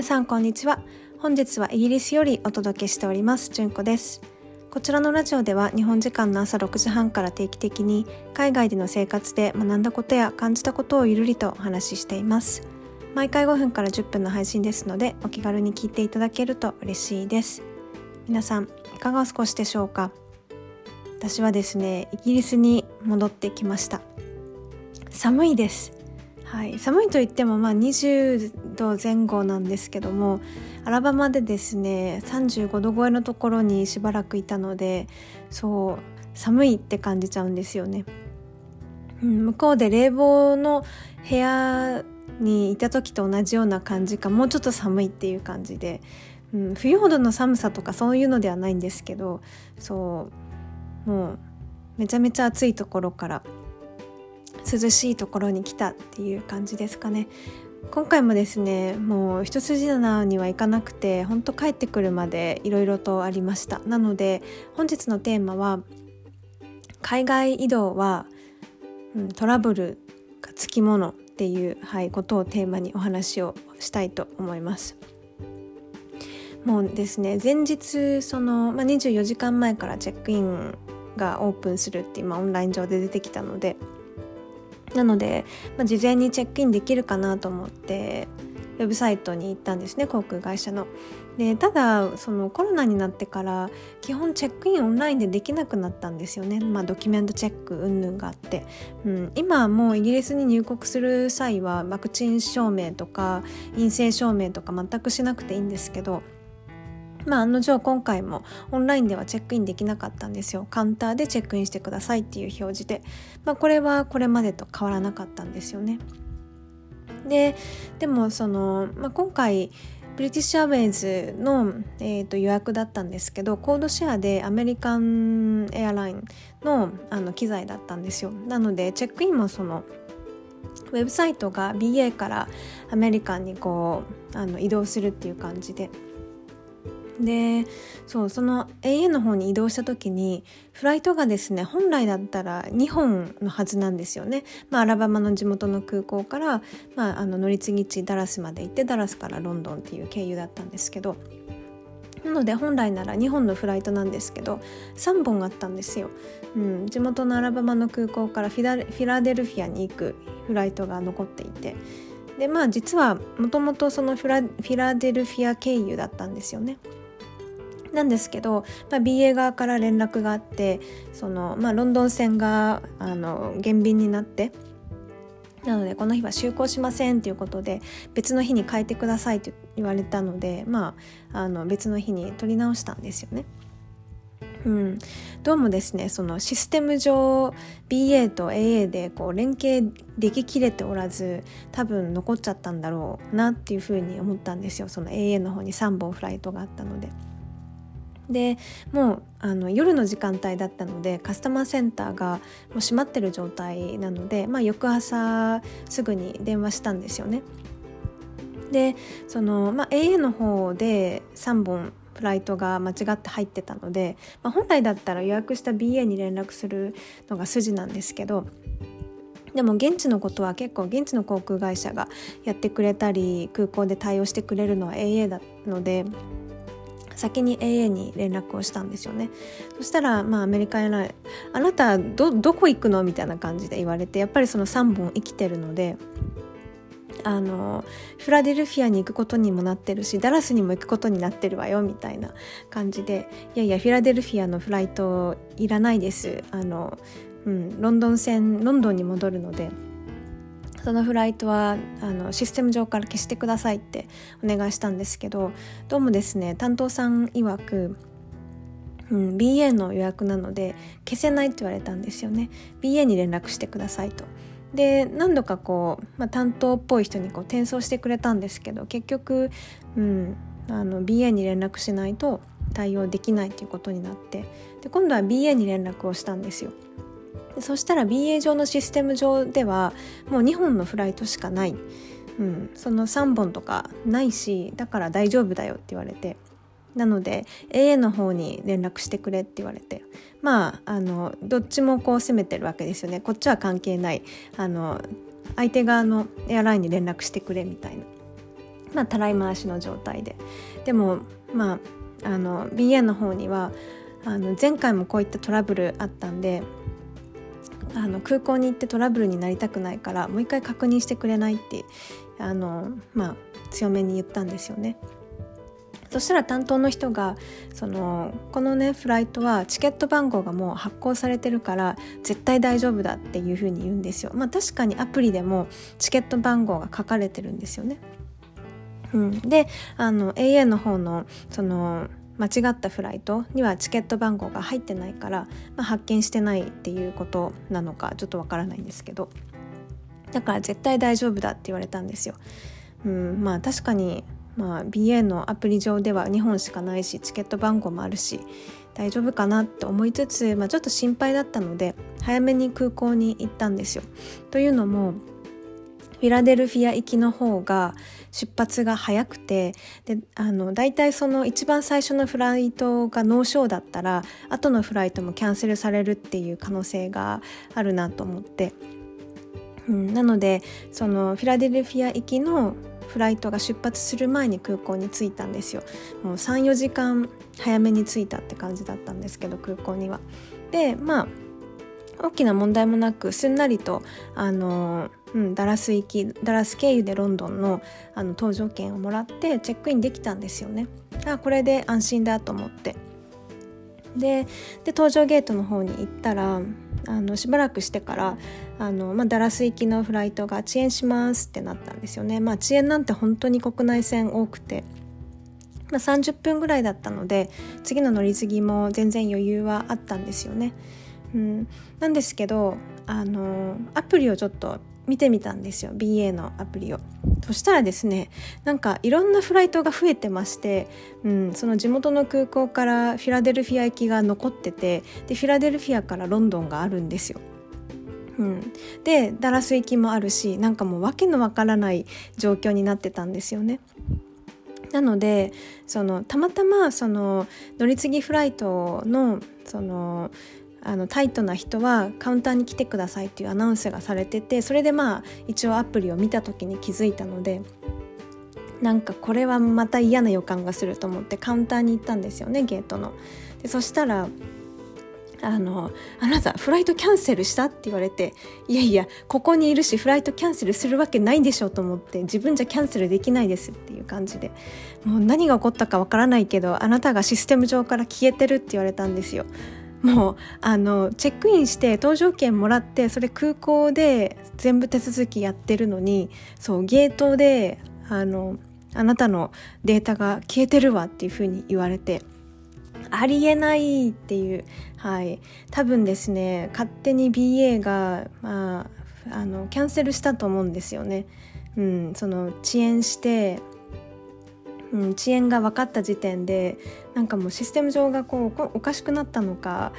皆さんこんにちは。本日はイギリスよりお届けしております純子です。こちらのラジオでは日本時間の朝6時半から定期的に海外での生活で学んだことや感じたことをゆるりとお話ししています。毎回5分から10分の配信ですので、お気軽に聞いていただけると嬉しいです。皆さんいかがお過ごしでしょうか。私はですね、イギリスに戻ってきました。寒いです。はい、寒いといっても20度前後なんですけども、アラバマでですね35度超えのところにしばらくいたので、そう寒いって感じちゃうんですよね。向こうで冷房の部屋にいた時と同じような感じか、もうちょっと寒いっていう感じで、冬ほどの寒さとかそういうのではないんですけど、そうもうめちゃめちゃ暑いところから涼しいところに来たっていう感じですかね。今回もですね、もう一筋縄にはいかなくて、本当帰ってくるまでいろいろとありました。なので本日のテーマは、海外移動は、トラブルがつきものっていう、ことをテーマにお話をしたいと思います。もうですね、前日24時間前からチェックインがオープンするって今オンライン上で出てきたので、事前にチェックインできるかなと思ってウェブサイトに行ったんですね、航空会社の。でただコロナになってから基本チェックインオンラインでできなくなったんですよね。ドキュメントチェック云々があって、今はもうイギリスに入国する際はワクチン証明とか陰性証明とか全くしなくていいんですけど、案の定今回もオンラインではチェックインできなかったんですよ。カウンターでチェックインしてくださいっていう表示で、これはこれまでと変わらなかったんですよね。でも今回ブリティッシュアウェイズの、予約だったんですけど、コードシェアでアメリカンエアラインの、機材だったんですよ。なのでチェックインもウェブサイトが BA からアメリカンに移動するっていう感じで、その AA の方に移動した時にフライトがですね、本来だったら2本のはずなんですよね。アラバマの地元の空港から、乗り継ぎ地ダラスまで行って、ダラスからロンドンっていう経由だったんですけど、なので本来なら2本のフライトなんですけど3本あったんですよ。地元のアラバマの空港からフィラデルフィアに行くフライトが残っていて、で実はもともとそのフィラデルフィア経由だったんですよね。なんですけど、BA 側から連絡があって、ロンドン線が減便になって、なのでこの日は就航しませんということで別の日に変えてくださいと言われたので、別の日に取り直したんですよね。どうもですね、そのシステム上 BA と AA で連携でききれておらず、多分残っちゃったんだろうなっていうふうに思ったんですよ。その AA の方に3本フライトがあったので。でもう夜の時間帯だったのでカスタマーセンターがもう閉まってる状態なので、翌朝すぐに電話したんですよね。でAA の方で3本フライトが間違って入ってたので、本来だったら予約した BA に連絡するのが筋なんですけど、でも現地のことは結構現地の航空会社がやってくれたり空港で対応してくれるのは AA なので、先に AA に連絡をしたんですよね。そしたらアメリカエアライン、あなた どこ行くのみたいな感じで言われて、やっぱりその3本生きてるので、フラデルフィアに行くことにもなってるしダラスにも行くことになってるわよみたいな感じで、いやフィラデルフィアのフライトいらないです、ロンドンに戻るのでそのフライトはシステム上から消してくださいってお願いしたんですけど、どうもですね、担当さん曰く、BA の予約なので消せないって言われたんですよね。 BA に連絡してくださいと。で何度か担当っぽい人に転送してくれたんですけど、結局、BA に連絡しないと対応できないっていうことになって、で今度は BA に連絡をしたんですよ。そしたら BA 上のシステム上ではもう2本のフライトしかない、その3本とかないし、だから大丈夫だよって言われて、なので AA の方に連絡してくれって言われて、どっちも攻めてるわけですよね。こっちは関係ない相手側のエアラインに連絡してくれみたいなたらい回しの状態で、でもBA の方には前回もこういったトラブルあったんで、空港に行ってトラブルになりたくないからもう一回確認してくれないって強めに言ったんですよね。そしたら担当の人がこのねフライトはチケット番号がもう発行されてるから絶対大丈夫だっていうふうに言うんですよ。確かにアプリでもチケット番号が書かれてるんですよね。でAA の方の間違ったフライトにはチケット番号が入ってないから、発見してないっていうことなのかちょっとわからないんですけど、だから絶対大丈夫だって言われたんですよ。確かにBA のアプリ上では2本しかないしチケット番号もあるし大丈夫かなって思いつつ、ちょっと心配だったので早めに空港に行ったんですよ。というのもフィラデルフィア行きの方が出発が早くて、でだいたいその一番最初のフライトがノーショーだったら後のフライトもキャンセルされるっていう可能性があるなと思って、なのでそのフィラデルフィア行きのフライトが出発する前に空港に着いたんですよ。もう 3,4 時間早めに着いたって感じだったんですけど、空港には。で大きな問題もなくすんなりとダラス経由でロンドンの搭乗券をもらってチェックインできたんですよね。これで安心だと思って、で搭乗ゲートの方に行ったらしばらくしてからダラス行きのフライトが遅延しますってなったんですよね。遅延なんて本当に国内線多くて、30分ぐらいだったので次の乗り継ぎも全然余裕はあったんですよね。なんですけどアプリをちょっと見てみたんですよ、 BA のアプリを。そしたらですね、いろんなフライトが増えてまして、その地元の空港からフィラデルフィア行きが残ってて、でフィラデルフィアからロンドンがあるんですよ。でダラス行きもあるし、もう訳のわからない状況になってたんですよね。なのでたまたま乗り継ぎフライトのタイトな人はカウンターに来てくださいっていうアナウンスがされてて、それで一応アプリを見た時に気づいたので、これはまた嫌な予感がすると思ってカウンターに行ったんですよね、ゲートの。でそしたらあなたフライトキャンセルしたって言われて、いやいやここにいるしフライトキャンセルするわけないでしょと思って、自分じゃキャンセルできないですっていう感じで、もう何が起こったかわからないけどあなたがシステム上から消えてるって言われたんですよ。もうチェックインして搭乗券もらって、それ空港で全部手続きやってるのに、ゲートであなたのデータが消えてるわっていう風に言われて、ありえないっていう、多分ですね勝手に BA が、キャンセルしたと思うんですよね。その遅延して遅延が分かった時点でもうシステム上がおかしくなったのか、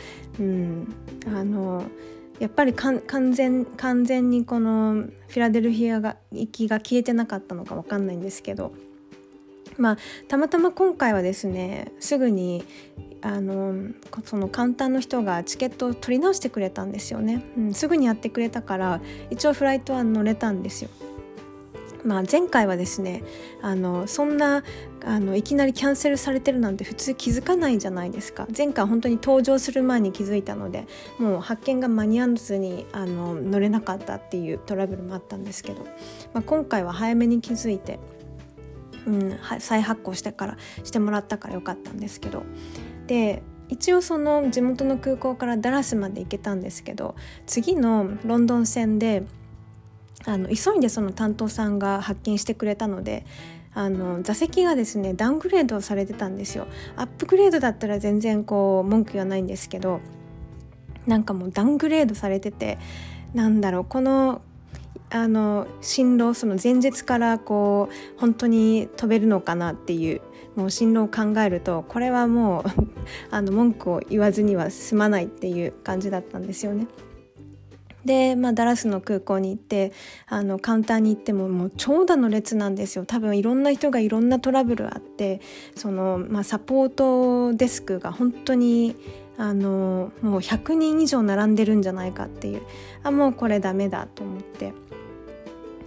やっぱり完全にこのフィラデルフィア行きが消えてなかったのか分かんないんですけど、たまたま今回はですねすぐにそのカウンターの人がチケットを取り直してくれたんですよね。すぐにやってくれたから一応フライトは乗れたんですよ。前回はですねそんないきなりキャンセルされてるなんて普通気づかないじゃないですか。前回本当に登場する前に気づいたので、もう発見が間に合わずに乗れなかったっていうトラブルもあったんですけど、今回は早めに気づいて、再発行してもらったからよかったんですけど、で一応その地元の空港からダラスまで行けたんですけど、次のロンドン線で急いでその担当さんが発見してくれたので、座席がですねダウングレードされてたんですよ。アップグレードだったら全然文句はないんですけど、もうダウングレードされてて、この進路その前日から本当に飛べるのかなっていう、もう進路を考えるとこれはもう文句を言わずには済まないっていう感じだったんですよね。で、ダラスの空港に行ってカウンターに行ってももう長蛇の列なんですよ。多分いろんな人がいろんなトラブルあって、サポートデスクが本当にもう100人以上並んでるんじゃないかっていう、もうこれダメだと思って、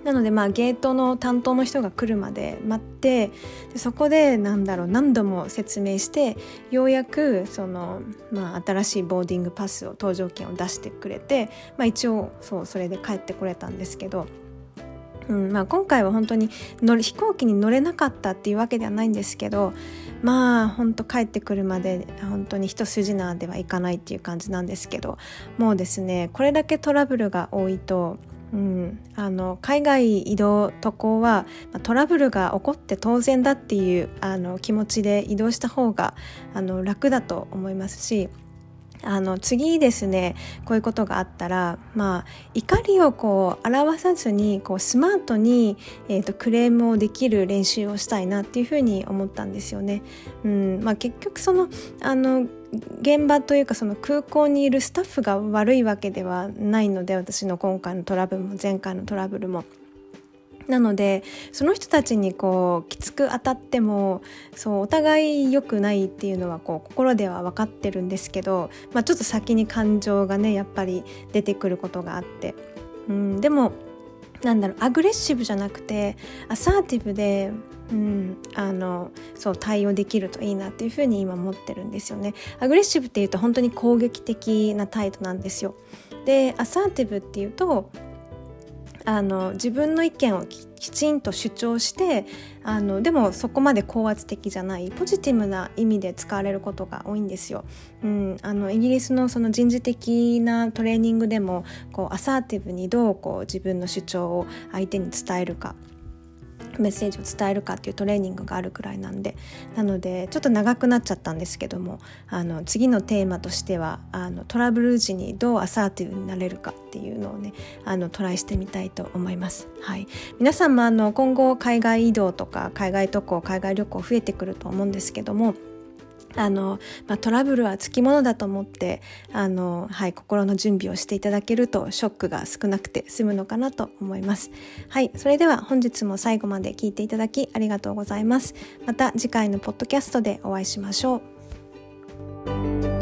なのでゲートの担当の人が来るまで待って、でそこで何度も説明して、ようやく新しいボーディングパスを搭乗券を出してくれて、一応それで帰ってこれたんですけど、今回は本当に飛行機に乗れなかったっていうわけではないんですけど、本当帰ってくるまで本当に一筋縄ではいかないっていう感じなんですけど、もうですね、これだけトラブルが多いと、海外移動渡航はトラブルが起こって当然だっていう気持ちで移動した方が楽だと思いますし、次ですね、こういうことがあったら、怒りを表さずにスマートに、クレームをできる練習をしたいなっていうふうに思ったんですよね。結局現場というか空港にいるスタッフが悪いわけではないので、私の今回のトラブルも前回のトラブルも。なのでその人たちにきつく当たってもお互い良くないっていうのは心では分かってるんですけど、ちょっと先に感情がねやっぱり出てくることがあって、でもアグレッシブじゃなくてアサーティブで対応できるといいなっていうふうに今思ってるんですよね。アグレッシブっていうと本当に攻撃的な態度なんですよ。でアサーティブっていうと自分の意見をきちんと主張してでもそこまで高圧的じゃないポジティブな意味で使われることが多いんですよ。イギリスの人事的なトレーニングでもアサーティブにどう自分の主張を相手に伝えるか、メッセージを伝えるかっていうトレーニングがあるくらいなのでちょっと長くなっちゃったんですけども、次のテーマとしてはトラブル時にどうアサーティブになれるかっていうのをねトライしてみたいと思います。皆さんも今後海外移動とか海外渡航、海外旅行増えてくると思うんですけども、トラブルはつきものだと思って心の準備をしていただけるとショックが少なくて済むのかなと思います。それでは本日も最後まで聞いていただきありがとうございます。また次回のポッドキャストでお会いしましょう。